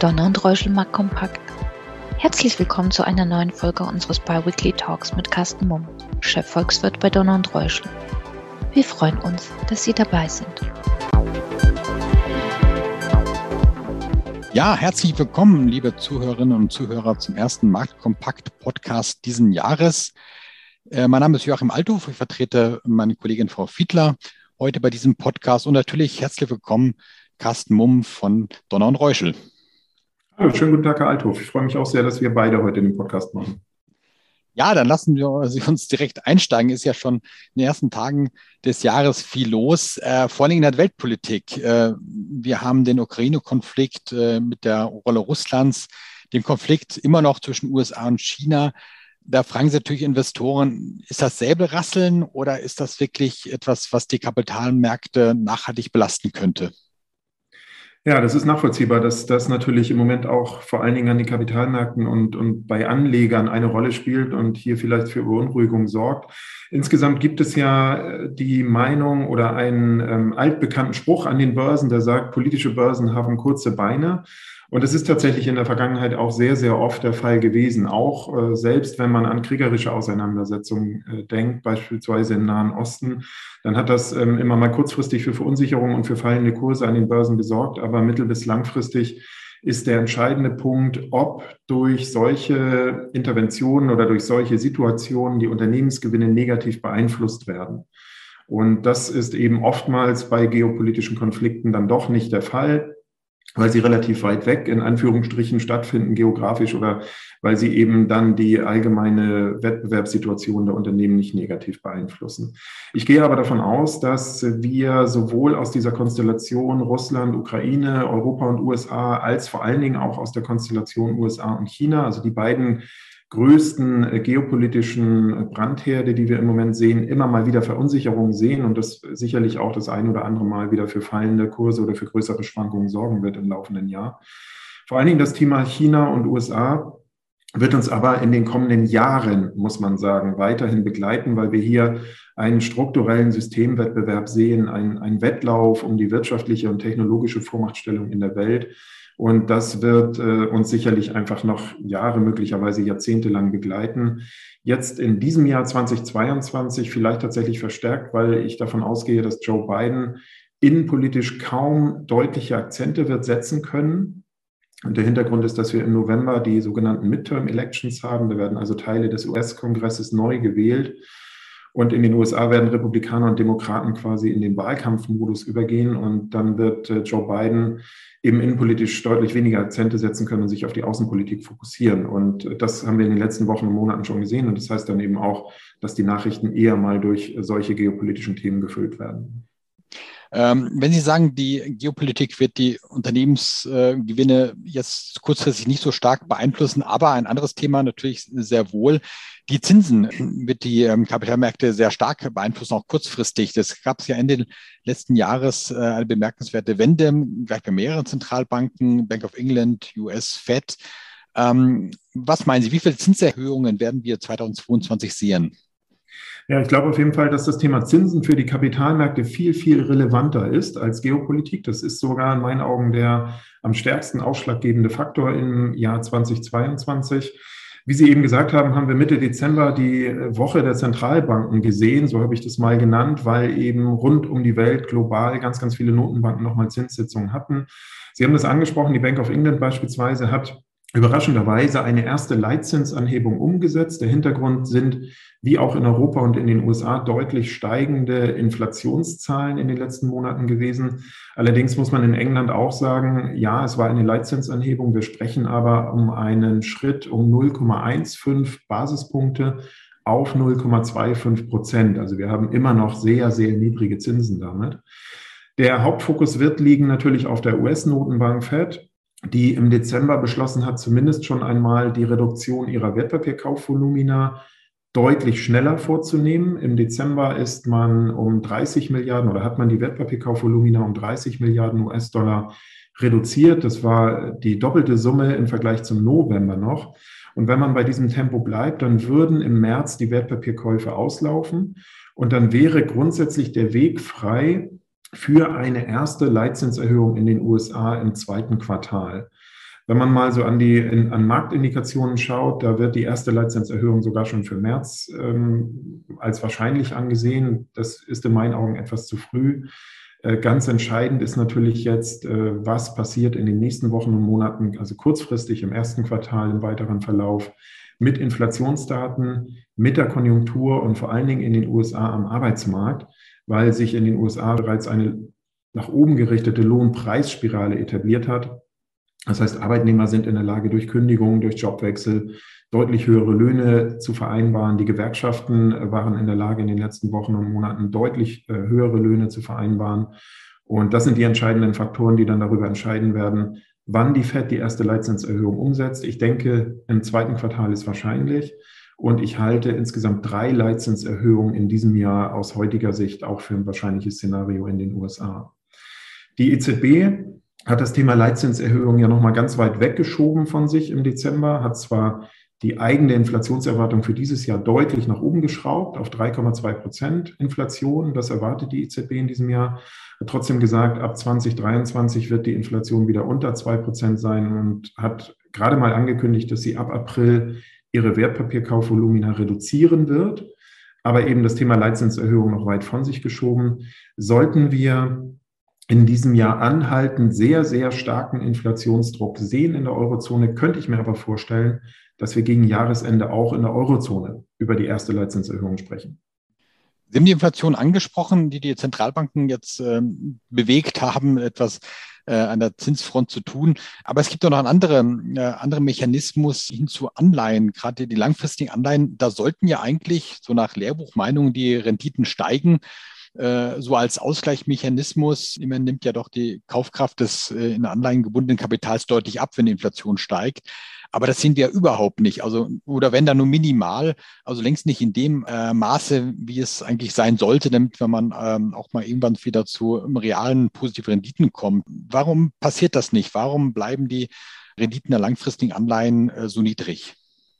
Donner und Reuschel Marktkompakt. Herzlich willkommen zu einer neuen Folge unseres Bi-Weekly Talks mit Carsten Mumm, Chefvolkswirt bei Donner und Reuschel. Wir freuen uns, dass Sie dabei sind. Ja, herzlich willkommen, liebe Zuhörerinnen und Zuhörer, zum ersten Marktkompakt-Podcast diesen Jahres. Mein Name ist Joachim Althoff, ich vertrete meine Kollegin Frau Fiedler heute bei diesem Podcast und natürlich herzlich willkommen, Carsten Mumm von Donner und Reuschel. Hallo, schönen guten Tag, Herr Althoff. Ich freue mich auch sehr, dass wir beide heute den Podcast machen. Ja, dann lassen wir uns direkt einsteigen. Ist ja schon in den ersten Tagen des Jahres viel los, vor allem in der Weltpolitik. Wir haben den Ukraine-Konflikt mit der Rolle Russlands, den Konflikt immer noch zwischen USA und China. Da fragen sich natürlich Investoren, ist das Säbelrasseln oder ist das wirklich etwas, was die Kapitalmärkte nachhaltig belasten könnte? Ja, das ist nachvollziehbar, dass das natürlich im Moment auch vor allen Dingen an den Kapitalmärkten und bei Anlegern eine Rolle spielt und hier vielleicht für Beunruhigung sorgt. Insgesamt gibt es ja die Meinung oder einen altbekannten Spruch an den Börsen, der sagt, politische Börsen haben kurze Beine. Und es ist tatsächlich in der Vergangenheit auch sehr, sehr oft der Fall gewesen, auch selbst wenn man an kriegerische Auseinandersetzungen denkt, beispielsweise im Nahen Osten, dann hat das immer mal kurzfristig für Verunsicherung und für fallende Kurse an den Börsen gesorgt, aber mittel- bis langfristig ist der entscheidende Punkt, ob durch solche Interventionen oder durch solche Situationen die Unternehmensgewinne negativ beeinflusst werden. Und das ist eben oftmals bei geopolitischen Konflikten dann doch nicht der Fall, weil sie relativ weit weg in Anführungsstrichen stattfinden, geografisch, oder weil sie eben dann die allgemeine Wettbewerbssituation der Unternehmen nicht negativ beeinflussen. Ich gehe aber davon aus, dass wir sowohl aus dieser Konstellation Russland, Ukraine, Europa und USA, als vor allen Dingen auch aus der Konstellation USA und China, also die beiden größten geopolitischen Brandherde, die wir im Moment sehen, immer mal wieder Verunsicherungen sehen und das sicherlich auch das ein oder andere Mal wieder für fallende Kurse oder für größere Schwankungen sorgen wird im laufenden Jahr. Vor allen Dingen das Thema China und USA wird uns aber in den kommenden Jahren, muss man sagen, weiterhin begleiten, weil wir hier einen strukturellen Systemwettbewerb sehen, einen Wettlauf um die wirtschaftliche und technologische Vormachtstellung in der Welt. Und das wird uns sicherlich einfach noch Jahre, möglicherweise Jahrzehnte lang begleiten. Jetzt in diesem Jahr 2022 vielleicht tatsächlich verstärkt, weil ich davon ausgehe, dass Joe Biden innenpolitisch kaum deutliche Akzente wird setzen können. Und der Hintergrund ist, dass wir im November die sogenannten Midterm-Elections haben. Da werden also Teile des US-Kongresses neu gewählt. Und in den USA werden Republikaner und Demokraten quasi in den Wahlkampfmodus übergehen. Und dann wird Joe Biden eben innenpolitisch deutlich weniger Akzente setzen können und sich auf die Außenpolitik fokussieren. Und das haben wir in den letzten Wochen und Monaten schon gesehen. Und das heißt dann eben auch, dass die Nachrichten eher mal durch solche geopolitischen Themen gefüllt werden. Wenn Sie sagen, die Geopolitik wird die Unternehmensgewinne jetzt kurzfristig nicht so stark beeinflussen, aber ein anderes Thema natürlich sehr wohl, die Zinsen wird die Kapitalmärkte sehr stark beeinflussen, auch kurzfristig. Das gab es ja Ende letzten Jahres eine bemerkenswerte Wende, gleich bei mehreren Zentralbanken, Bank of England, US Fed. Was meinen Sie, wie viele Zinserhöhungen werden wir 2022 sehen? Ja, ich glaube auf jeden Fall, dass das Thema Zinsen für die Kapitalmärkte viel, viel relevanter ist als Geopolitik. Das ist sogar in meinen Augen der am stärksten ausschlaggebende Faktor im Jahr 2022. Wie Sie eben gesagt haben, haben wir Mitte Dezember die Woche der Zentralbanken gesehen, so habe ich das mal genannt, weil eben rund um die Welt global ganz, ganz viele Notenbanken nochmal Zinssitzungen hatten. Sie haben das angesprochen, die Bank of England beispielsweise hat überraschenderweise eine erste Leitzinsanhebung umgesetzt. Der Hintergrund sind, wie auch in Europa und in den USA, deutlich steigende Inflationszahlen in den letzten Monaten gewesen. Allerdings muss man in England auch sagen, ja, es war eine Leitzinsanhebung. Wir sprechen aber um einen Schritt um 0,15 Basispunkte auf 0,25%. Also wir haben immer noch sehr, sehr niedrige Zinsen damit. Der Hauptfokus wird liegen natürlich auf der US-Notenbank Fed, die im Dezember beschlossen hat, zumindest schon einmal die Reduktion ihrer Wertpapierkaufvolumina deutlich schneller vorzunehmen. Im Dezember ist man um 30 Milliarden oder hat man die Wertpapierkaufvolumina um 30 Milliarden US-Dollar reduziert. Das war die doppelte Summe im Vergleich zum November noch. Und wenn man bei diesem Tempo bleibt, dann würden im März die Wertpapierkäufe auslaufen und dann wäre grundsätzlich der Weg frei für eine erste Leitzinserhöhung in den USA im zweiten Quartal. Wenn man mal so an Marktindikationen schaut, da wird die erste Leitzinserhöhung sogar schon für März als wahrscheinlich angesehen. Das ist in meinen Augen etwas zu früh. Ganz entscheidend ist natürlich jetzt, was passiert in den nächsten Wochen und Monaten, also kurzfristig im ersten Quartal, im weiteren Verlauf, mit Inflationsdaten, mit der Konjunktur und vor allen Dingen in den USA am Arbeitsmarkt, weil sich in den USA bereits eine nach oben gerichtete Lohnpreisspirale etabliert hat. Das heißt, Arbeitnehmer sind in der Lage, durch Kündigungen, durch Jobwechsel deutlich höhere Löhne zu vereinbaren. Die Gewerkschaften waren in der Lage, in den letzten Wochen und Monaten deutlich höhere Löhne zu vereinbaren. Und das sind die entscheidenden Faktoren, die dann darüber entscheiden werden, wann die FED die erste Leitzinserhöhung umsetzt. Ich denke, im zweiten Quartal ist wahrscheinlich. Und ich halte insgesamt 3 Leitzinserhöhungen in diesem Jahr aus heutiger Sicht auch für ein wahrscheinliches Szenario in den USA. Die EZB hat das Thema Leitzinserhöhung ja nochmal ganz weit weggeschoben von sich im Dezember, hat zwar die eigene Inflationserwartung für dieses Jahr deutlich nach oben geschraubt auf 3,2% Inflation. Das erwartet die EZB in diesem Jahr. Hat trotzdem gesagt, ab 2023 wird die Inflation wieder unter 2% sein und hat gerade mal angekündigt, dass sie ab April ihre Wertpapierkaufvolumina reduzieren wird. Aber eben das Thema Leitzinserhöhung noch weit von sich geschoben. Sollten wir in diesem Jahr anhaltend sehr, sehr starken Inflationsdruck sehen in der Eurozone, könnte ich mir aber vorstellen, dass wir gegen Jahresende auch in der Eurozone über die erste Leitzinserhöhung sprechen. Sie haben die Inflation angesprochen, die Zentralbanken jetzt bewegt haben, etwas an der Zinsfront zu tun. Aber es gibt auch noch einen anderen Mechanismus hin zu Anleihen, gerade die langfristigen Anleihen. Da sollten ja eigentlich, so nach Lehrbuchmeinung, die Renditen steigen. So als Ausgleichsmechanismus. Immerhin nimmt ja doch die Kaufkraft des in Anleihen gebundenen Kapitals deutlich ab, wenn die Inflation steigt. Aber das sehen wir überhaupt nicht. Also, oder wenn dann nur minimal, also längst nicht in dem Maße, wie es eigentlich sein sollte, damit wenn man auch mal irgendwann wieder zu realen positiven Renditen kommt. Warum passiert das nicht? Warum bleiben die Renditen der langfristigen Anleihen so niedrig?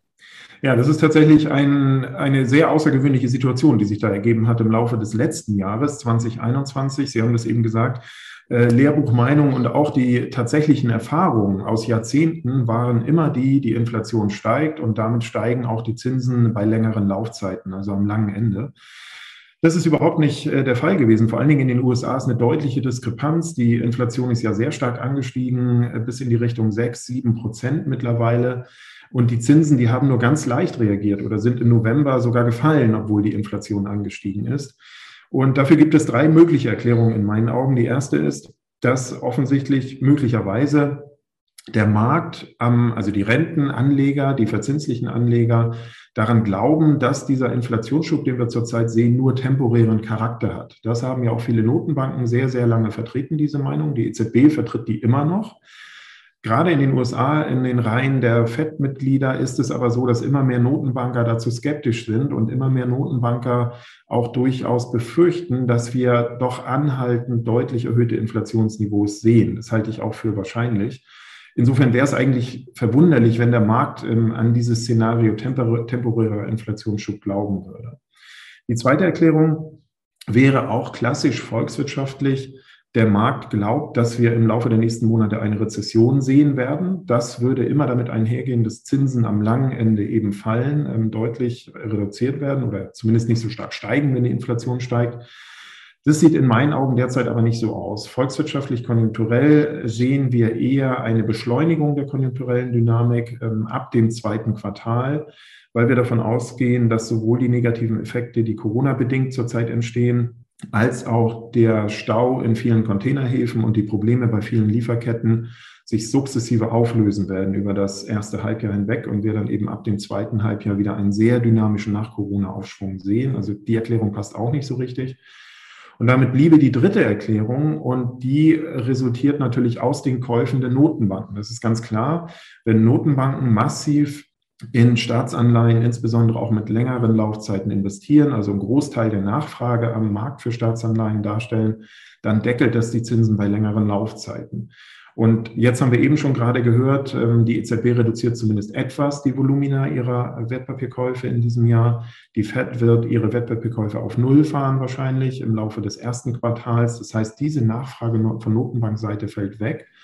Ja, das ist tatsächlich eine sehr außergewöhnliche Situation, die sich da ergeben hat im Laufe des letzten Jahres 2021. Sie haben das eben gesagt. Lehrbuchmeinung und auch die tatsächlichen Erfahrungen aus Jahrzehnten waren immer die Inflation steigt und damit steigen auch die Zinsen bei längeren Laufzeiten, also am langen Ende. Das ist überhaupt nicht der Fall gewesen. Vor allen Dingen in den USA ist eine deutliche Diskrepanz. Die Inflation ist ja sehr stark angestiegen, bis in die Richtung 6-7% mittlerweile. Und die Zinsen, die haben nur ganz leicht reagiert oder sind im November sogar gefallen, obwohl die Inflation angestiegen ist. Und dafür gibt es 3 mögliche Erklärungen in meinen Augen. Die erste ist, dass offensichtlich möglicherweise der Markt, also die Rentenanleger, die verzinslichen Anleger, daran glauben, dass dieser Inflationsschub, den wir zurzeit sehen, nur temporären Charakter hat. Das haben ja auch viele Notenbanken sehr, sehr lange vertreten, diese Meinung. Die EZB vertritt die immer noch. Gerade in den USA, in den Reihen der FED-Mitglieder ist es aber so, dass immer mehr Notenbanker dazu skeptisch sind und immer mehr Notenbanker auch durchaus befürchten, dass wir doch anhaltend deutlich erhöhte Inflationsniveaus sehen. Das halte ich auch für wahrscheinlich. Insofern wäre es eigentlich verwunderlich, wenn der Markt an dieses Szenario temporärer Inflationsschub glauben würde. Die zweite Erklärung wäre auch klassisch volkswirtschaftlich. Der Markt glaubt, dass wir im Laufe der nächsten Monate eine Rezession sehen werden. Das würde immer damit einhergehen, dass Zinsen am langen Ende eben fallen, deutlich reduziert werden oder zumindest nicht so stark steigen, wenn die Inflation steigt. Das sieht in meinen Augen derzeit aber nicht so aus. Volkswirtschaftlich, konjunkturell sehen wir eher eine Beschleunigung der konjunkturellen Dynamik ab dem zweiten Quartal, weil wir davon ausgehen, dass sowohl die negativen Effekte, die Corona-bedingt zurzeit entstehen, als auch der Stau in vielen Containerhäfen und die Probleme bei vielen Lieferketten sich sukzessive auflösen werden über das erste Halbjahr hinweg und wir dann eben ab dem zweiten Halbjahr wieder einen sehr dynamischen Nach-Corona-Aufschwung sehen. Also die Erklärung passt auch nicht so richtig. Und damit bliebe die dritte Erklärung und die resultiert natürlich aus den Käufen der Notenbanken. Das ist ganz klar, wenn Notenbanken massiv in Staatsanleihen, insbesondere auch mit längeren Laufzeiten investieren, also einen Großteil der Nachfrage am Markt für Staatsanleihen darstellen, dann deckelt das die Zinsen bei längeren Laufzeiten. Und jetzt haben wir eben schon gerade gehört, die EZB reduziert zumindest etwas die Volumina ihrer Wertpapierkäufe in diesem Jahr. Die FED wird ihre Wertpapierkäufe auf Null fahren wahrscheinlich im Laufe des ersten Quartals. Das heißt, diese Nachfrage von Notenbankseite fällt weg.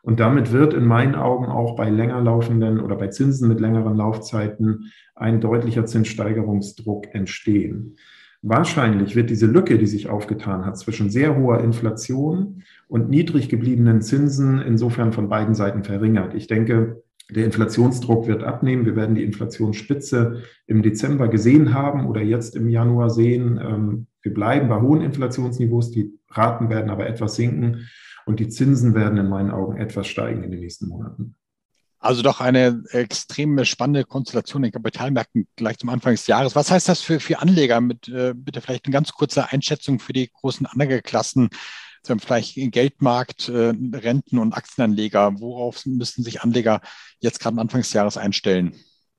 Und damit wird in meinen Augen auch bei länger laufenden oder bei Zinsen mit längeren Laufzeiten ein deutlicher Zinssteigerungsdruck entstehen. Wahrscheinlich wird diese Lücke, die sich aufgetan hat zwischen sehr hoher Inflation und niedrig gebliebenen Zinsen insofern von beiden Seiten verringert. Ich denke, der Inflationsdruck wird abnehmen. Wir werden die Inflationsspitze im Dezember gesehen haben oder jetzt im Januar sehen. Wir bleiben bei hohen Inflationsniveaus, die Raten werden aber etwas sinken und die Zinsen werden in meinen Augen etwas steigen in den nächsten Monaten. Also doch eine extrem spannende Konstellation in den Kapitalmärkten gleich zum Anfang des Jahres. Was heißt das für Anleger? Bitte vielleicht eine ganz kurze Einschätzung für die großen Anlageklassen, vielleicht Geldmarkt, Renten- und Aktienanleger. Worauf müssen sich Anleger jetzt gerade am Anfang des Jahres einstellen?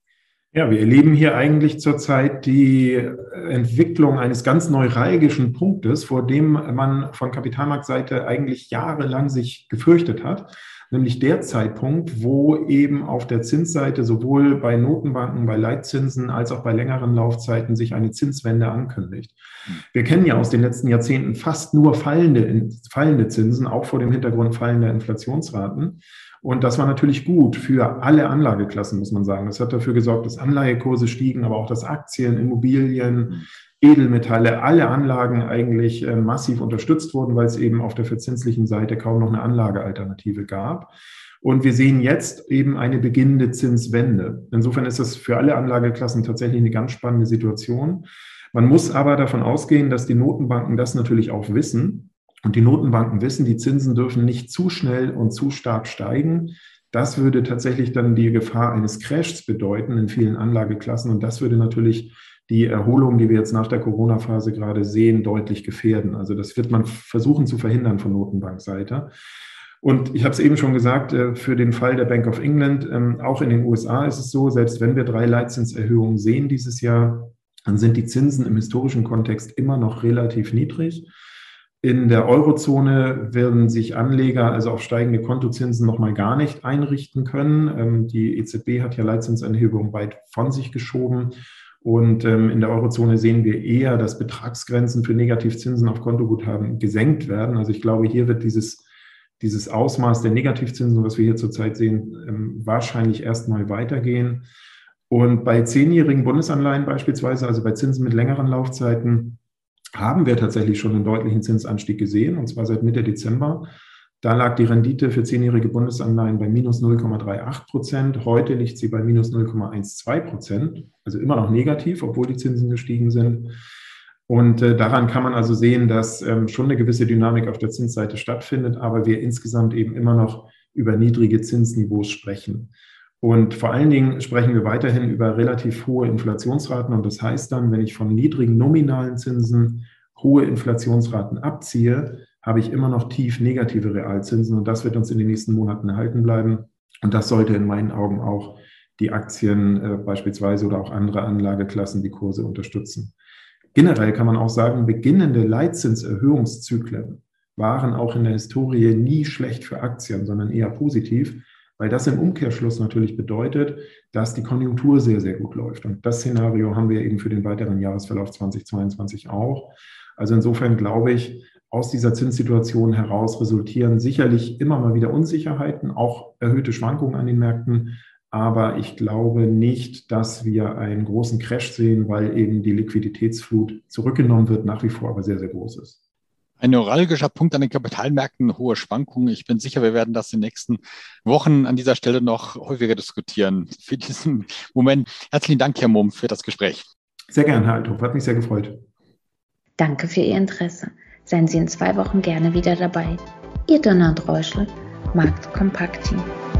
Ja, wir erleben hier eigentlich zurzeit die Entwicklung eines ganz neuralgischen Punktes, vor dem man von Kapitalmarktseite eigentlich jahrelang sich gefürchtet hat. Nämlich der Zeitpunkt, wo eben auf der Zinsseite sowohl bei Notenbanken, bei Leitzinsen als auch bei längeren Laufzeiten sich eine Zinswende ankündigt. Wir kennen ja aus den letzten Jahrzehnten fast nur fallende Zinsen, auch vor dem Hintergrund fallender Inflationsraten. Und das war natürlich gut für alle Anlageklassen, muss man sagen. Das hat dafür gesorgt, dass Anleihekurse stiegen, aber auch dass Aktien, Immobilien, Edelmetalle, alle Anlagen eigentlich massiv unterstützt wurden, weil es eben auf der verzinslichen Seite kaum noch eine Anlagealternative gab. Und wir sehen jetzt eben eine beginnende Zinswende. Insofern ist das für alle Anlageklassen tatsächlich eine ganz spannende Situation. Man muss aber davon ausgehen, dass die Notenbanken das natürlich auch wissen. Und die Notenbanken wissen, die Zinsen dürfen nicht zu schnell und zu stark steigen. Das würde tatsächlich dann die Gefahr eines Crashs bedeuten in vielen Anlageklassen. Und das würde natürlich die Erholung, die wir jetzt nach der Corona-Phase gerade sehen, deutlich gefährden. Also das wird man versuchen zu verhindern von Notenbankseite. Und ich habe es eben schon gesagt, für den Fall der Bank of England, auch in den USA ist es so, selbst wenn wir 3 Leitzinserhöhungen sehen dieses Jahr, dann sind die Zinsen im historischen Kontext immer noch relativ niedrig. In der Eurozone werden sich Anleger also auf steigende Kontozinsen noch mal gar nicht einrichten können. Die EZB hat ja Leitzinsanhebungen weit von sich geschoben. Und in der Eurozone sehen wir eher, dass Betragsgrenzen für Negativzinsen auf Kontoguthaben gesenkt werden. Also ich glaube, hier wird dieses Ausmaß der Negativzinsen, was wir hier zurzeit sehen, wahrscheinlich erstmal weitergehen. Und bei 10-jährigen Bundesanleihen beispielsweise, also bei Zinsen mit längeren Laufzeiten, haben wir tatsächlich schon einen deutlichen Zinsanstieg gesehen, und zwar seit Mitte Dezember. Da lag die Rendite für 10-jährige Bundesanleihen bei minus 0,38%. Heute liegt sie bei minus 0,12%, also immer noch negativ, obwohl die Zinsen gestiegen sind. Und daran kann man also sehen, dass schon eine gewisse Dynamik auf der Zinsseite stattfindet, aber wir insgesamt eben immer noch über niedrige Zinsniveaus sprechen. Und vor allen Dingen sprechen wir weiterhin über relativ hohe Inflationsraten. Und das heißt dann, wenn ich von niedrigen nominalen Zinsen hohe Inflationsraten abziehe, habe ich immer noch tief negative Realzinsen. Und das wird uns in den nächsten Monaten erhalten bleiben. Und das sollte in meinen Augen auch die Aktien beispielsweise oder auch andere Anlageklassen die Kurse unterstützen. Generell kann man auch sagen, beginnende Leitzinserhöhungszyklen waren auch in der Historie nie schlecht für Aktien, sondern eher positiv, weil das im Umkehrschluss natürlich bedeutet, dass die Konjunktur sehr, sehr gut läuft. Und das Szenario haben wir eben für den weiteren Jahresverlauf 2022 auch. Also insofern glaube ich, aus dieser Zinssituation heraus resultieren sicherlich immer mal wieder Unsicherheiten, auch erhöhte Schwankungen an den Märkten. Aber ich glaube nicht, dass wir einen großen Crash sehen, weil eben die Liquiditätsflut zurückgenommen wird, nach wie vor aber sehr, sehr groß ist. Ein neuralgischer Punkt an den Kapitalmärkten, hohe Schwankungen. Ich bin sicher, wir werden das in den nächsten Wochen an dieser Stelle noch häufiger diskutieren. Für diesen Moment herzlichen Dank, Herr Mumm, für das Gespräch. Sehr gerne, Herr Althoff. Hat mich sehr gefreut. Danke für Ihr Interesse. Seien Sie in 2 Wochen gerne wieder dabei. Ihr Donner und Reuschel, Markt Kompakt Team.